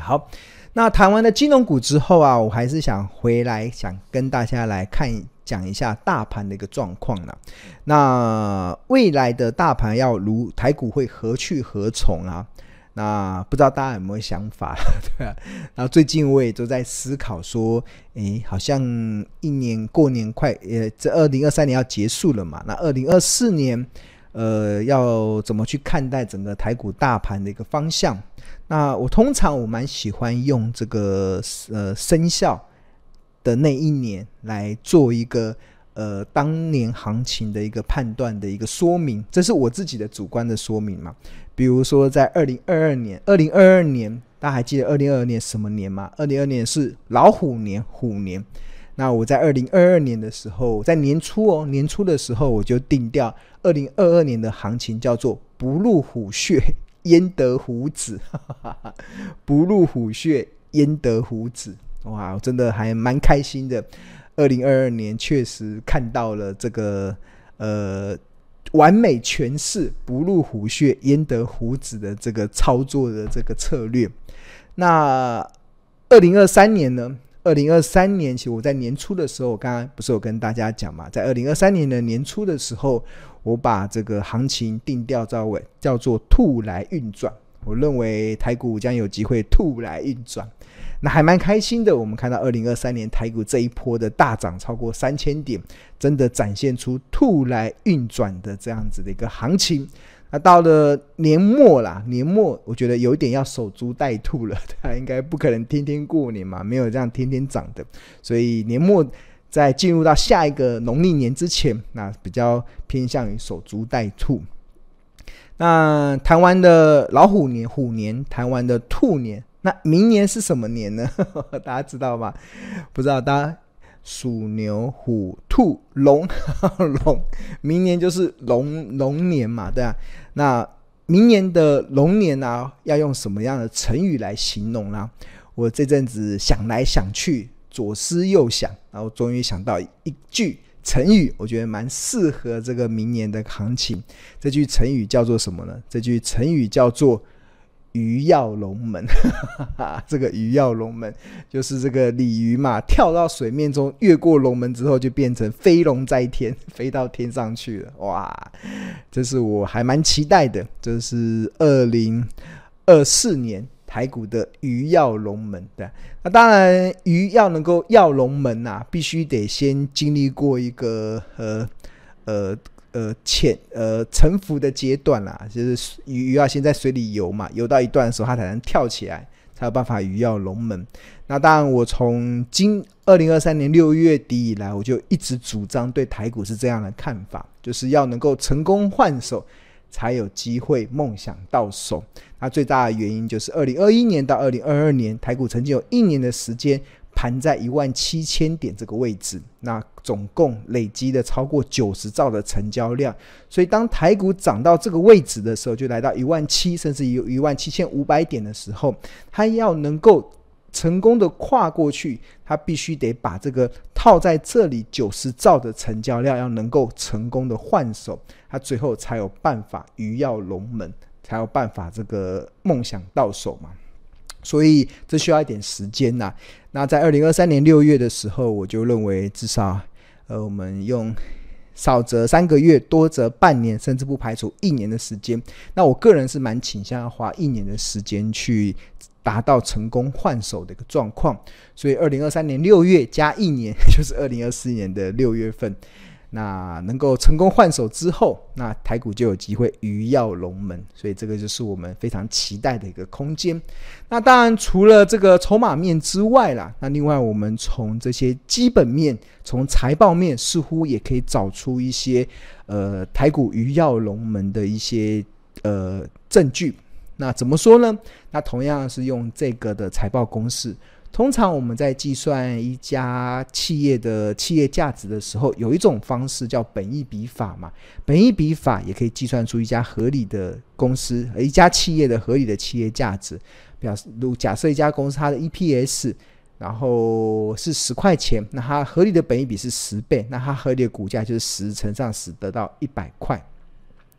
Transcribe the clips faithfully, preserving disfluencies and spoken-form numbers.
好，那谈完了金融股之后啊，我还是想回来想跟大家来看讲一下大盘的一个状况啦。那未来的大盘要如台股会何去何从啊？那不知道大家有没有想法对啊，然后最近我也都在思考说，诶，好像一年过年快，呃，这二零二三年要结束了嘛，那二零二四年呃，要怎么去看待整个台股大盘的一个方向？那我通常我蛮喜欢用这个呃生肖的那一年来做一个呃当年行情的一个判断的一个说明，这是我自己的主观的说明嘛。比如说在二零二二年，二零二二年大家还记得二零二二年什么年吗？二零二二年是老虎年，虎年。那我在二零二二年的时候，在年初哦，年初的时候我就定调二零二二年的行情叫做不入虎穴焉得虎子不入虎穴焉得虎子。哇，我真的还蛮开心的。二零二二年确实看到了这个呃完美诠释不入虎穴焉得虎子的这个操作的这个策略。那二零二三年呢？二零二三年其实我在年初的时候，我刚刚不是有跟大家讲嘛，在二零二三年的年初的时候，我把这个行情定调叫做兔来运转，我认为台股将有机会兔来运转，那还蛮开心的。我们看到二零二三年台股这一波的大涨超过三千点，真的展现出兔来运转的这样子的一个行情。那到了年末啦，年末我觉得有一点要守株待兔了，它应该不可能天天过年嘛，没有这样天天涨的，所以年末在进入到下一个农历年之前，那比较偏向于守株待兔。那谈完的老虎年虎年，谈完的兔年，那明年是什么年呢？大家知道吗？不知道，大家属牛虎兔龙龙，明年就是龙龙年嘛，对啊。那明年的龙年啊，要用什么样的成语来形容呢？我这阵子想来想去，左思右想，然后终于想到一句成语，我觉得蛮适合这个明年的行情。这句成语叫做什么呢？这句成语叫做鱼跃龙门这个鱼跃龙门就是这个鲤鱼嘛，跳到水面中，越过龙门之后就变成飞龙在天，飞到天上去了。哇，这是我还蛮期待的，这是二零二四年台股的鱼跃龙门。对，那当然鱼要能够跃龙门啊，必须得先经历过一个呃呃呃潜呃沉浮的阶段啦，就是鱼要先在水里游嘛，游到一段的时候它才能跳起来，才有办法鱼跃龙门。那当然我从今二零二三年六月底以来，我就一直主张对台股是这样的看法，就是要能够成功换手才有机会梦想到手。那最大的原因就是二零二一年到二零二二年台股曾经有一年的时间盘在一万七千点这个位置，那总共累积的超过九十兆的成交量，所以当台股涨到这个位置的时候，就来到一万七，甚至有一万七千五百点的时候，它要能够成功的跨过去，它必须得把这个套在这里九十兆的成交量要能够成功的换手，它最后才有办法鱼跃龙门，才有办法这个梦想到手嘛。所以这需要一点时间呐、啊。那在二零二三年六月的时候，我就认为至少呃我们用少则三个月，多则半年，甚至不排除一年的时间。那我个人是蛮倾向要花一年的时间去达到成功换手的一个状况。所以二零二三年六月加一年，就是二零二四年的六月份。那能够成功换手之后，那台股就有机会鱼跃龙门，所以这个就是我们非常期待的一个空间。那当然除了这个筹码面之外啦，那另外我们从这些基本面，从财报面似乎也可以找出一些呃台股鱼跃龙门的一些呃证据。那怎么说呢？那同样是用这个的财报公式。通常我们在计算一家企业的企业价值的时候，有一种方式叫本益比法嘛。本益比法也可以计算出一家合理的公司，一家企业的合理的企业价值。表示假设一家公司它的 E P S 然后是十块钱，那它合理的本益比是十倍，那它合理的股价就是十乘上十得到一百块。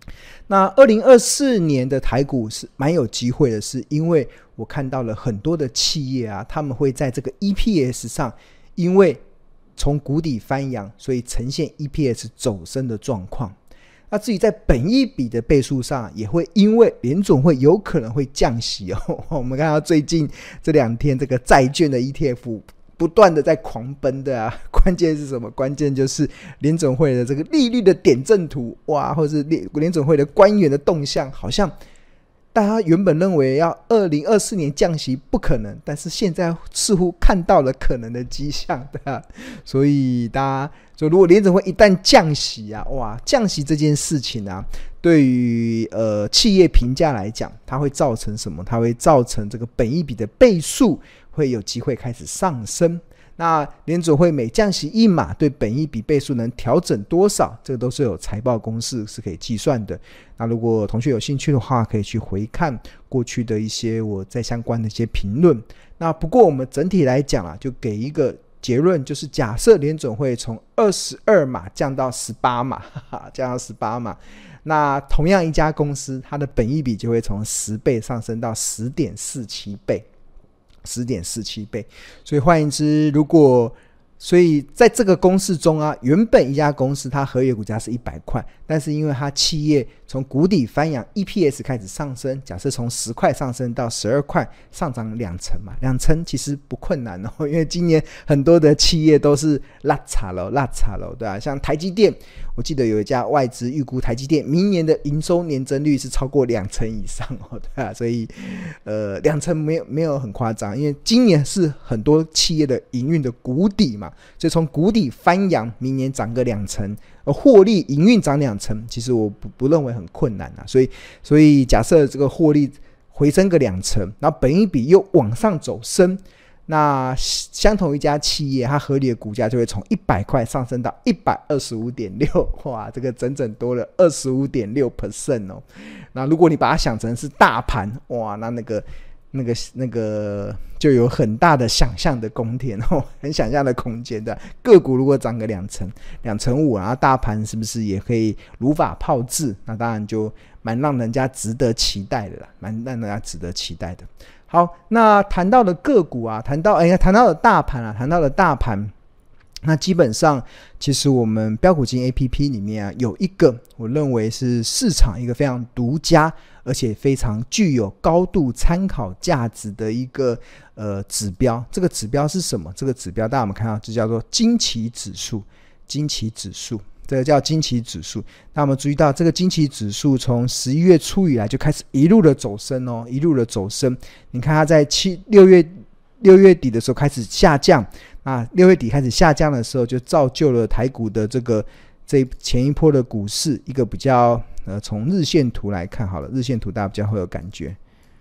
那二零二四年的台股是蛮有机会的，是因为我看到了很多的企业啊，他们会在这个 E P S 上，因为从谷底翻扬，所以呈现 E P S 走升的状况。那至于在本益比的倍数上，也会因为联总会有可能会降息哦。我们看到最近这两天这个债券的 E T F 不断的在狂奔的啊，关键是什么？关键就是联总会的这个利率的点阵图，哇，或者是联总会的官员的动向，好像大家原本认为要二零二四年降息不可能，但是现在似乎看到了可能的迹象，对啊，所以大家说，如果联总会一旦降息啊，哇，降息这件事情啊，对于呃企业评价来讲，它会造成什么？它会造成这个本益比的倍数会有机会开始上升。那联总会每降息一码，对本益比倍数能调整多少？这个都是有财报公式是可以计算的。那如果同学有兴趣的话，可以去回看过去的一些我在相关的一些评论。那不过我们整体来讲啊，就给一个结论，就是假设联总会从二十二码降到十八码，哈哈，降到十八码，那同样一家公司，它的本益比就会从十倍上升到 十点四七倍。十点四七倍，所以换言之，如果所以在这个公式中啊，原本一家公司它合约股价是一百块，但是因为它企业从谷底翻扬 E P S 开始上升，假设从十块上升到十二块，上涨两成嘛，两成其实不困难哦，因为今年很多的企业都是拉差了拉差了，对啊，像台积电，我记得有一家外资预估台积电明年的营收年增率是超过两成以上哦，对啊，所以呃两成没有没有很夸张，因为今年是很多企业的营运的谷底嘛，所以从谷底翻扬，明年涨个两成，而获利营运涨两成，其实我 不, 不认为很困难啊。所以，所以假设这个获利回升个两成，然后本益比又往上走升，那相同一家企业，它合理的股价就会从一百块上升到 一百二十五点六， 哇，这个整整多了 百分之二十五点六 哦。那如果你把它想成是大盘，哇，那那个那个那个就有很大的想象的空间哦，很想象的空间的。个股如果涨个两成、两成五，然后大盘是不是也可以如法炮制？那当然就蛮让人家值得期待的啦，蛮让人家值得期待的。好，那谈到了个股啊，谈到哎呀，谈到了大盘啊，谈到了大盘。那基本上其实我们标股金 A P P 里面啊，有一个我认为是市场一个非常独家而且非常具有高度参考价值的一个呃指标。这个指标是什么？这个指标大家有没有看到？就叫做惊奇指数。惊奇指数，这个叫惊奇指数。那我们注意到这个惊奇指数从十一月初以来就开始一路的走升哦，一路的走升。你看它在七六月六月底的时候开始下降。啊，六月底开始下降的时候，就造就了台股的这个这前一波的股市一个比较呃，从日线图来看好了，日线图大家比较会有感觉。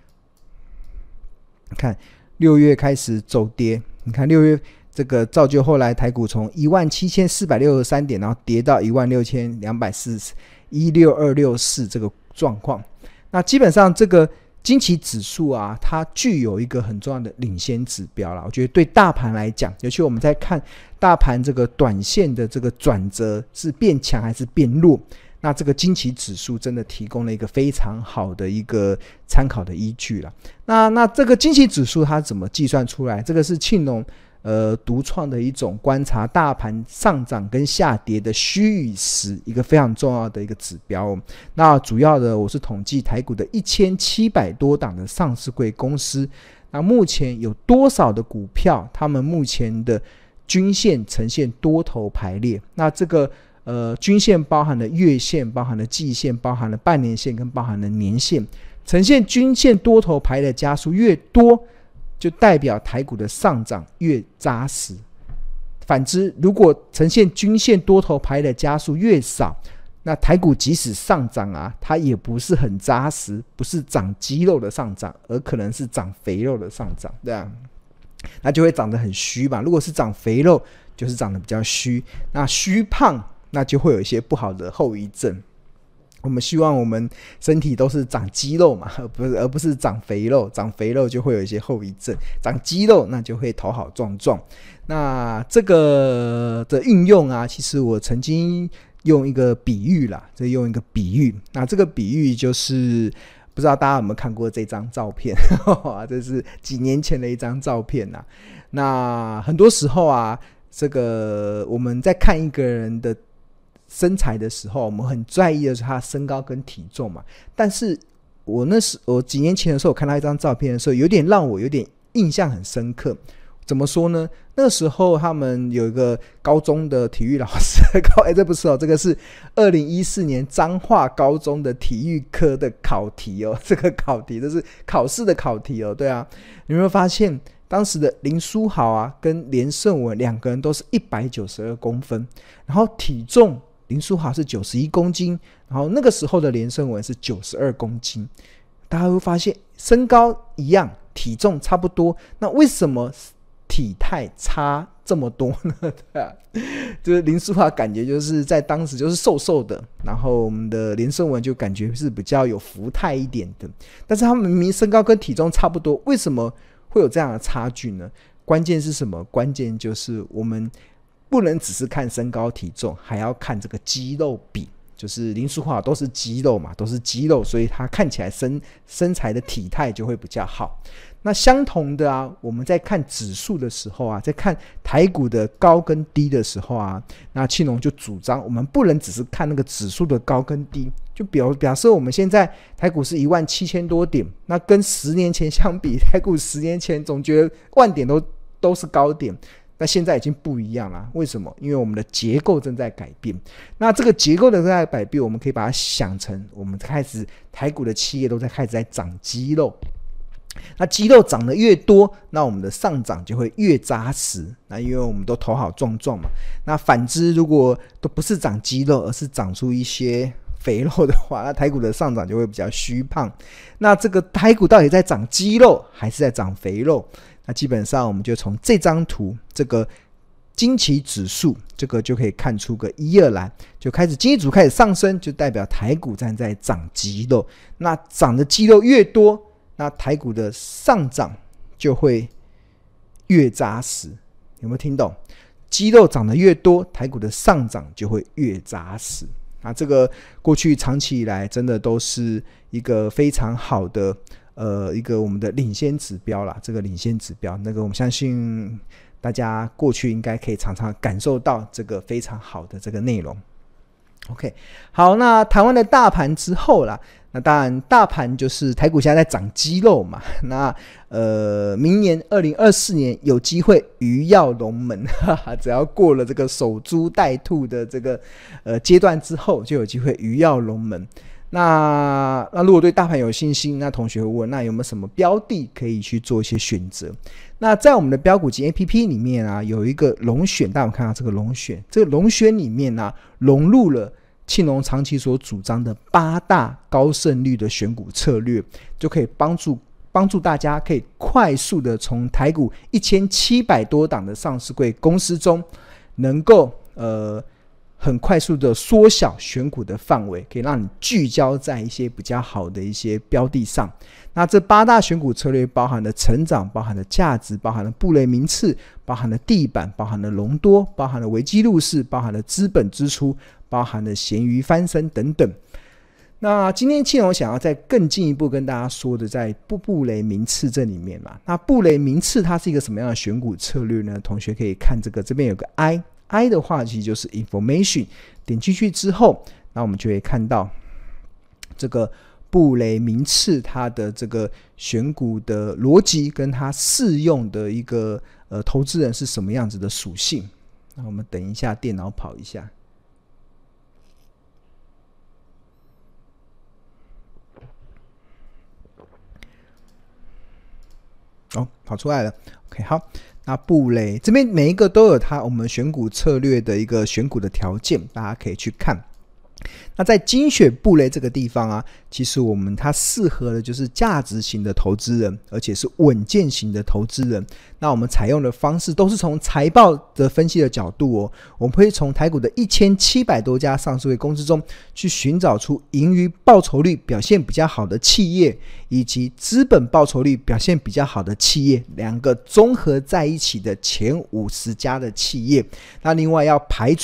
看六月开始走跌，你看六月这个造就后来台股从一万七千四百六十三点，然后跌到一万六千两百四十一六二六四这个状况。那基本上这个惊奇指数啊，它具有一个很重要的领先指标啦。我觉得对大盘来讲，尤其我们在看大盘这个短线的这个转折是变强还是变弱，那这个惊奇指数真的提供了一个非常好的一个参考的依据啦。那那这个惊奇指数它怎么计算出来？这个是庆隆呃独创的一种观察大盘上涨跟下跌的虚与实一个非常重要的一个指标哦。那主要的我是统计台股的一千七百多档的上市柜公司，那目前有多少的股票他们目前的均线呈现多头排列。那这个呃均线包含了月线，包含了季线，包含了半年线跟包含了年线，呈现均线多头排列的家数越多，就代表台股的上涨越扎实。反之，如果呈现均线多头排的家数越少，那台股即使上涨啊，它也不是很扎实，不是长肌肉的上涨，而可能是长肥肉的上涨，对啊，那就会长得很虚嘛。如果是长肥肉，就是长得比较虚，那虚胖，那就会有一些不好的后遗症。我们希望我们身体都是长肌肉嘛，而不是而不是长肥肉，长肥肉就会有一些后遗症，长肌肉那就会头好壮壮。那这个的运用啊，其实我曾经用一个比喻啦，这用一个比喻，那这个比喻就是不知道大家有没有看过这张照片这是几年前的一张照片啊。那很多时候啊，这个我们在看一个人的身材的时候，我们很在意的是他身高跟体重嘛。但是我那时我几年前的时候，我看到一张照片的时候，有点让我有点印象很深刻。怎么说呢？那个时候他们有一个高中的体育老师，高哎、欸，这不是哦，这个是二零一四年彰化高中的体育科的考题哦，这个考题这是考试的考题哦，对啊，你有没有发现当时的林书豪啊跟连胜文两个人都是一百九十二公分，然后体重林书豪是九十一公斤，然后那个时候的连胜文是九十二公斤，大家会发现身高一样，体重差不多，那为什么体态差这么多呢？对啊，就是林书豪感觉就是在当时就是瘦瘦的，然后我们的连胜文就感觉是比较有福态一点的，但是他们明明身高跟体重差不多，为什么会有这样的差距呢？关键是什么？关键就是我们不能只是看身高体重，还要看这个肌肉比，就是林书豪都是肌肉嘛，都是肌肉，所以他看起来 身, 身材的体态就会比较好。那相同的啊，我们在看指数的时候啊，在看台股的高跟低的时候啊，那庆隆就主张我们不能只是看那个指数的高跟低，就表表示我们现在台股是一万七千多点，那跟十年前相比，台股十年前总觉得万点都都是高点，那现在已经不一样了。为什么？因为我们的结构正在改变。那这个结构的正在改变，我们可以把它想成我们开始台股的企业都在开始在长肌肉。那肌肉长得越多，那我们的上涨就会越扎实，那因为我们都头好壮壮嘛。那反之，如果都不是长肌肉，而是长出一些肥肉的话，那台股的上涨就会比较虚胖。那这个台股到底在长肌肉还是在长肥肉？那基本上我们就从这张图，这个经期指数，这个就可以看出个一二来，就开始经济指数开始上升，就代表台股站在长肌肉。那长的肌肉越多，那台股的上涨就会越扎实。有没有听懂？肌肉长得越多，台股的上涨就会越扎实。那这个过去长期以来真的都是一个非常好的呃一个我们的领先指标啦。这个领先指标，那个我们相信大家过去应该可以常常感受到这个非常好的这个内容。OK， 好，那台湾的大盘之后啦，那当然大盘就是台股现在在长肌肉嘛，那呃，明年二零二四年有机会鱼跃龙门，哈哈，只要过了这个守株待兔的这个呃阶段之后，就有机会鱼跃龙门。那那如果对大盘有信心，那同学会问，那有没有什么标的可以去做一些选择？那在我们的标股集 A P P 里面啊，有一个龙选，大家有看到这个龙选，这个龙选里面啊，融入了庆隆长期所主张的八大高胜率的选股策略，就可以帮助帮助大家可以快速的从台股一千七百多档的上市柜公司中，能够呃很快速的缩小选股的范围，可以让你聚焦在一些比较好的一些标的上。那这八大选股策略包含了成长，包含了价值，包含了布雷名次，包含了地板，包含了隆多，包含了危机入市，包含了资本支出，包含了咸鱼翻身等等。那今天庆隆想要再更进一步跟大家说的，在布布雷名次这里面嘛，那布雷名次它是一个什么样的选股策略呢？同学可以看这个，这边有个 I I 的话其实就是 information， 点进去之后，那我们就会看到这个布雷名次它的这个选股的逻辑跟它适用的一个呃投资人是什么样子的属性。那我们等一下电脑跑一下。哦，跑出来了。OK， 好。那布雷这边每一个都有它我们选股策略的一个选股的条件，大家可以去看。那在精选布雷这个地方啊，其实我们它适合的就是价值型的投资人，而且是稳健型的投资人。那我们采用的方式都是从财报的分析的角度哦，我们会从台股的一千七百多家上市柜公司中去寻找出盈余报酬率表现比较好的企业，以及资本报酬率表现比较好的企业，两个综合在一起的前五十家的企业。那另外要排除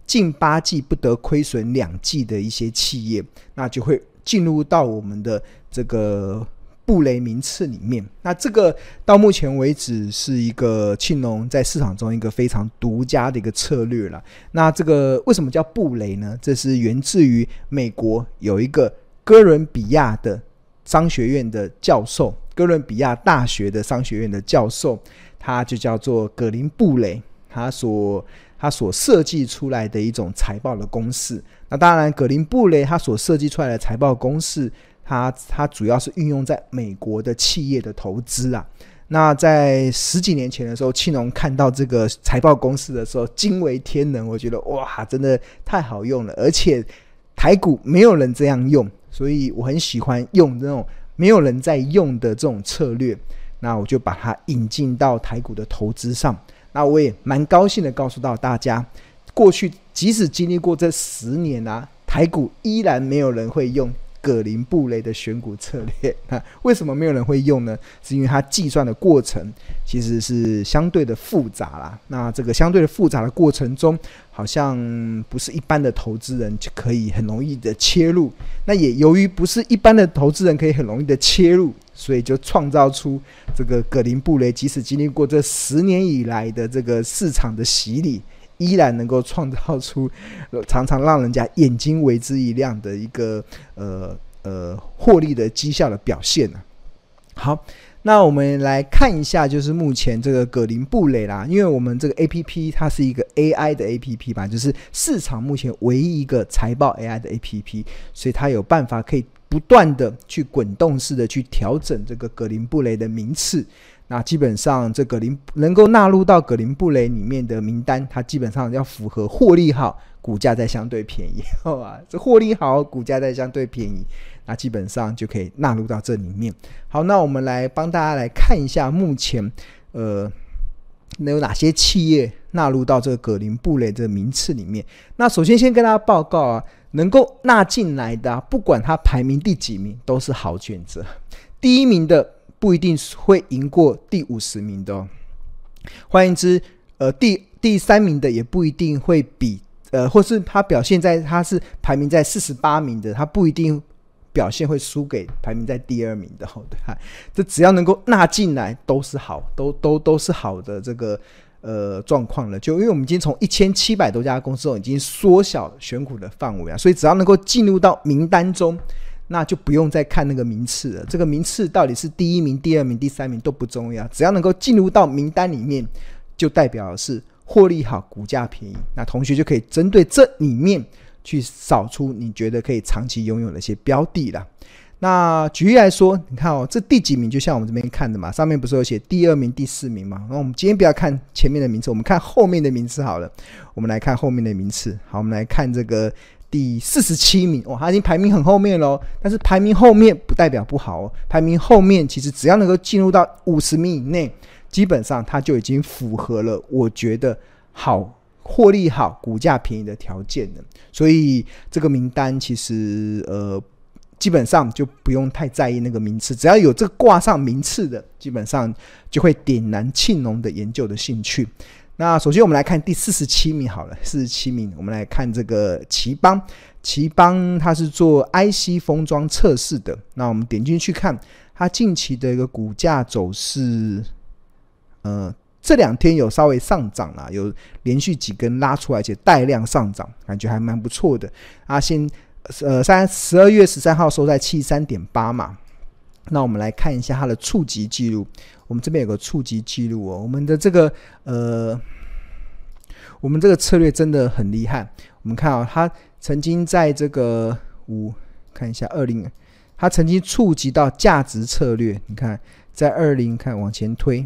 近八季不得亏损两季的一些企业，那就会进入到我们的这个布雷名次里面。那这个到目前为止是一个庆农在市场中一个非常独家的一个策略了。那这个为什么叫布雷呢？这是源自于美国有一个哥伦比亚的商学院的教授，哥伦比亚大学的商学院的教授，他就叫做葛林布雷，他所他所设计出来的一种财报的公式。那当然葛林布雷他所设计出来的财报公式，它它主要是运用在美国的企业的投资啊。那在十几年前的时候，庆农看到这个财报公式的时候惊为天人，我觉得哇，真的太好用了，而且台股没有人这样用，所以我很喜欢用这种没有人在用的这种策略，那我就把它引进到台股的投资上。那我也蛮高兴的告诉到大家，过去即使经历过这十年啊，台股依然没有人会用葛林布雷的选股策略。那为什么没有人会用呢？是因为它计算的过程其实是相对的复杂啦。那这个相对的复杂的过程中，好像不是一般的投资人就可以很容易的切入。那也由于不是一般的投资人可以很容易的切入，所以就创造出这个葛林布雷，即使经历过这十年以来的这个市场的洗礼，依然能够创造出、呃、常常让人家眼睛为之一亮的一个呃呃获利的绩效的表现、啊、好，那我们来看一下，就是目前这个葛林布雷啦，因为我们这个 A P P 它是一个 A I 的 A P P 吧，就是市场目前唯一一个财报 A I 的 A P P， 所以它有办法可以不断的去滚动式的去调整这个葛林布雷的名次。那基本上这葛林能够纳入到葛林布雷里面的名单，它基本上要符合获利好，股价再相对便宜、哦、这获利好，股价再相对便宜，那基本上就可以纳入到这里面。好，那我们来帮大家来看一下目前呃有哪些企业纳入到这个葛林布雷这个名次里面。那首先先跟大家报告啊，能够纳进来的、啊、不管它排名第几名都是好选择，第一名的不一定会赢过第五十名的哦。换言之，呃，第第三名的也不一定会比，呃，或是他表现在他是排名在四十八名的，他不一定表现会输给排名在第二名的。哦、对，这只要能够纳进来都是好，都都都是好的这个呃状况了。就因为我们已经从一千七百多家公司已经缩小了选股的范围啊，所以只要能够进入到名单中，那就不用再看那个名次了。这个名次到底是第一名、第二名、第三名都不重要，只要能够进入到名单里面，就代表的是获利好，股价便宜。那同学就可以针对这里面去扫出你觉得可以长期拥有的一些标的啦。那举例来说，你看哦，这第几名就像我们这边看的嘛，上面不是有写第二名、第四名嘛？那我们今天不要看前面的名次，我们看后面的名次好了。我们来看后面的名次。好，我们来看这个第四十七名，哇，它已经排名很后面咯，但是排名后面不代表不好哦，排名后面其实只要能够进入到五十名以内，基本上它就已经符合了我觉得好获利好股价便宜的条件了。所以这个名单其实呃基本上就不用太在意那个名次，只要有这个挂上名次的，基本上就会点燃庆农的研究的兴趣。那首先我们来看第四十七名好了，四十七名我们来看这个奇邦。奇邦它是做 I C 封装测试的，那我们点进去看它近期的一个股价走势，呃这两天有稍微上涨啦，有连续几根拉出来，而且带量上涨，感觉还蛮不错的啊。先呃十二月十三号收在 七十三点八 嘛。那我们来看一下它的触及记录，我们这边有个触及记录哦。我们的这个呃，我们这个策略真的很厉害。我们看啊、哦，它曾经在这个五，看一下二零，它曾经触及到价值策略。你看，在二零看往前推，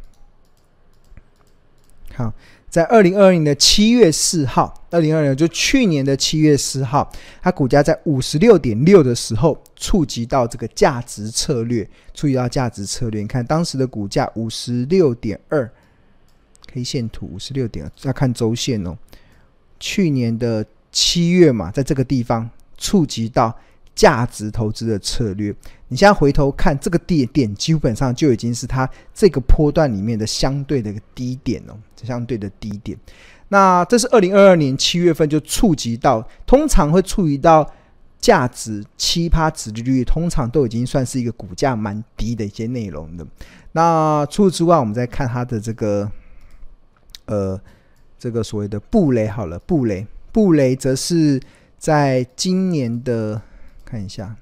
好。在二零二零的七月四号，二零二零就去年的七月四号，它股价在 五十六点六 的时候触及到这个价值策略，触及到价值策略。你看当时的股价 五十六点二 K 线图 五十六点二 要看周线哦。去年的七月嘛，在这个地方触及到价值投资的策略。 你现在回头看这个低点，基本上就已经是它这个波段里面的相对的一个低点哦，相对的低点。那这是二零二二年七月份就触及到，通常会触及到价值 百分之七 殖利率，通常都已经算是一个股价蛮低的一些内容的。那除此之外，我们再看它的这个呃这个所谓的布雷好了，布雷布雷则是在今年的看一下。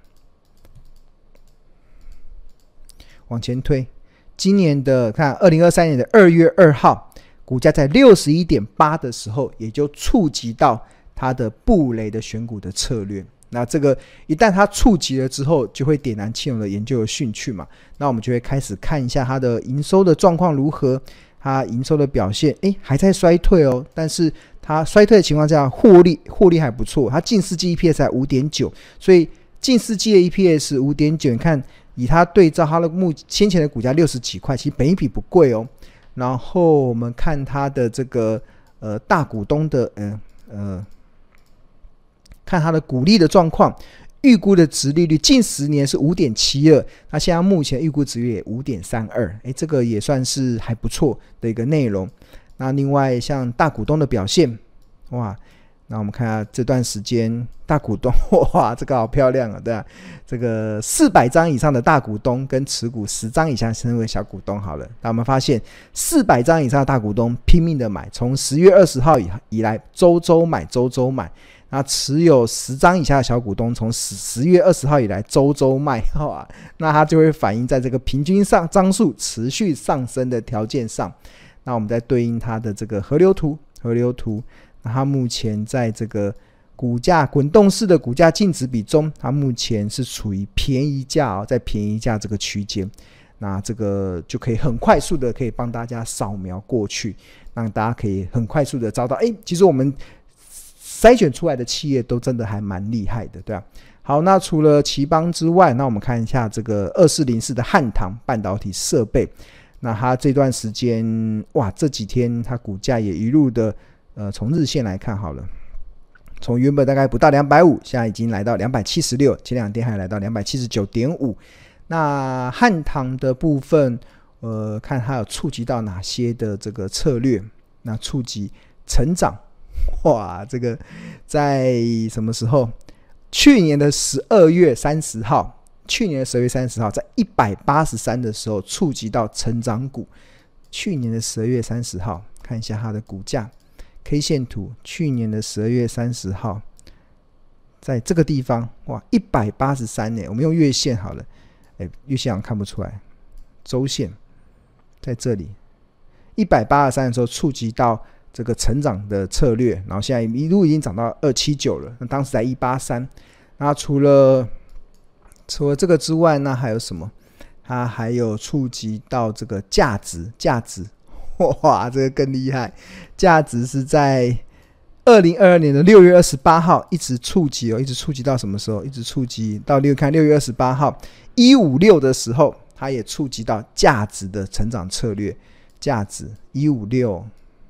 往前推，今年的看二零二三年的二月二号，股价在 六十一点八 的时候，也就触及到它的布雷的选股的策略。那这个一旦它触及了之后，就会点燃庆荣的研究的兴趣嘛。那我们就会开始看一下它的营收的状况如何，它营收的表现，诶，还在衰退哦，但是它衰退的情况下，获利获利还不错，它近四季 E P S 才 五点九， 所以近四季的 E P S 五点九， 你看以它对照它的目先前的股价六十几块，其实本益比不贵哦。然后我们看它的这个呃大股东的呃呃，看它的股利的状况，预估的殖利率近十年是 五点七二， 那现在目前预估殖利率也 五点三二， 诶，这个也算是还不错的一个内容。那另外像大股东的表现，哇，那我们看下这段时间大股东，哇，这个好漂亮啊，对啊，这个四百张以上的大股东跟持股十张以下称为小股东好了。那我们发现四百张以上的大股东拼命的买，从十月二十号 以, 以来周周买周周买，那持有十张以下的小股东从十月二十号以来周周卖，哇，那它就会反映在这个平均上张数持续上升的条件上。那我们再对应它的这个河流图，河流图那它目前在这个股价滚动式的股价净值比中，它目前是处于便宜价哦，在便宜价这个区间，那这个就可以很快速的可以帮大家扫描过去，让大家可以很快速的找到，哎，其实我们筛选出来的企业都真的还蛮厉害的，对吧？好，那除了奇邦之外，那我们看一下这个二四零四的汉唐半导体设备，那它这段时间，哇，这几天它股价也一路的呃，从日线来看好了，从原本大概不到两百五十，现在已经来到两百七十六，前两天还来到 两百七十九点五。 那汉唐的部分呃，看它有触及到哪些的这个策略，那触及成长，哇，这个在什么时候？去年的十二月三十号，去年的十二月三十号在一百八十三的时候触及到成长股，去年的十二月三十号，看一下它的股价K 线图，去年的十二月三十号，在这个地方，哇，一百八十三呢。我们用月线好了，哎，月线好像看不出来，周线在这里，一百八十三的时候触及到这个成长的策略，然后现在一路已经涨到二百七十九了，那当时在一百八十三。那除了除了这个之外，那还有什么？它还有触及到这个价值，价值。哇，这个更厉害！价值是在二零二二年的六月二十八号一直触及哦，一直触及到什么时候？一直触及到六看六月二十八号一百五十六的时候，它也触及到价值的成长策略。价值一百五十六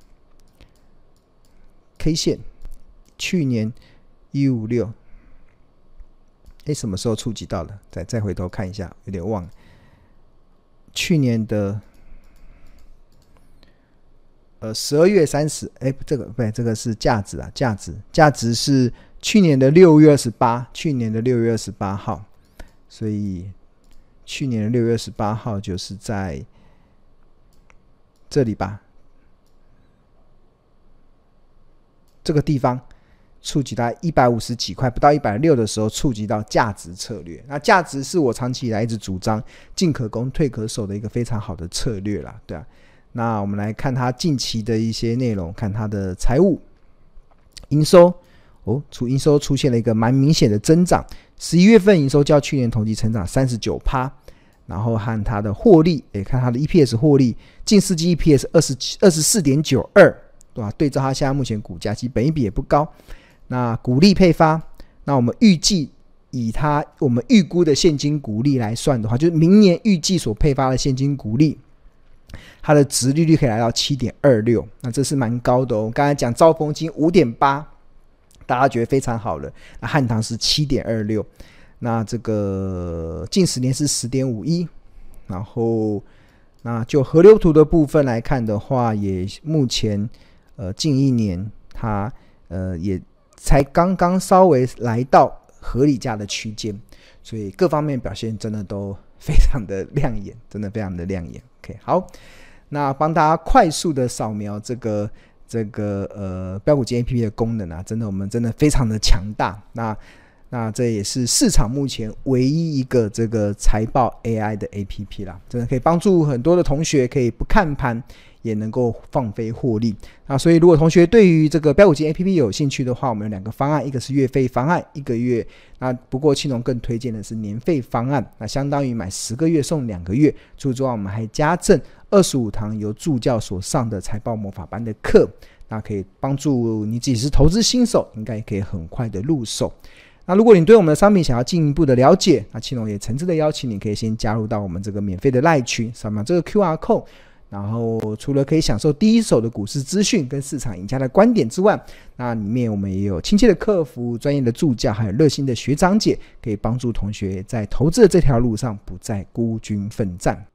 K 线，去年一百五十六，哎，什么时候触及到的？再再回头看一下，有点忘了。去年的。呃，十二月三十，哎，这个不对，这个是价值啊，价值，价值是去年的六月二十八，去年的六月二十八号，所以去年的六月二十八号就是在这里吧，这个地方触及到一百五十几块，不到一百六的时候触及到价值策略。那价值是我长期以来一直主张进可攻退可守的一个非常好的策略啦，对啊。那我们来看它近期的一些内容，看它的财务营收哦，营收出现了一个蛮明显的增长，十一月份营收较去年同期成长 百分之三十九， 然后和它的获利，诶，看它的 E P S 获利，近四季 E P S 二十四点九二， 对吧？对照它现在目前股价，其实本益比也不高。那股利配发，那我们预计以它我们预估的现金股利来算的话，就是明年预计所配发的现金股利，它的殖利率可以来到 七点二六， 那这是蛮高的哦。刚才讲兆丰金 五点八， 大家觉得非常好了，那汉唐是 七点二六， 那这个近十年是 十点五一， 然后那就河流图的部分来看的话，也目前呃近一年它呃也才刚刚稍微来到合理价的区间，所以各方面表现真的都非常的亮眼，真的非常的亮眼。 OK， 好，那帮大家快速的扫描这个这个呃标股金 A P P 的功能啊，真的我们真的非常的强大。那那这也是市场目前唯一一个这个财报 A I 的 A P P 啦，真的可以帮助很多的同学可以不看盘也能够放飞获利。那所以如果同学对于这个标股金 A P P 有兴趣的话，我们有两个方案，一个是月费方案，一个月那不过庆隆更推荐的是年费方案，那相当于买十个月送两个月，除此之外我们还加赠二十五堂由助教所上的财报魔法班的课，那可以帮助你即使是投资新手应该也可以很快的入手。那如果你对我们的商品想要进一步的了解，那庆隆也诚挚的邀请你可以先加入到我们这个免费的赖群，扫描这个 Q R code， 然后除了可以享受第一手的股市资讯跟市场赢家的观点之外，那里面我们也有亲切的客服、专业的助教还有热心的学长姐，可以帮助同学在投资的这条路上不再孤军奋战。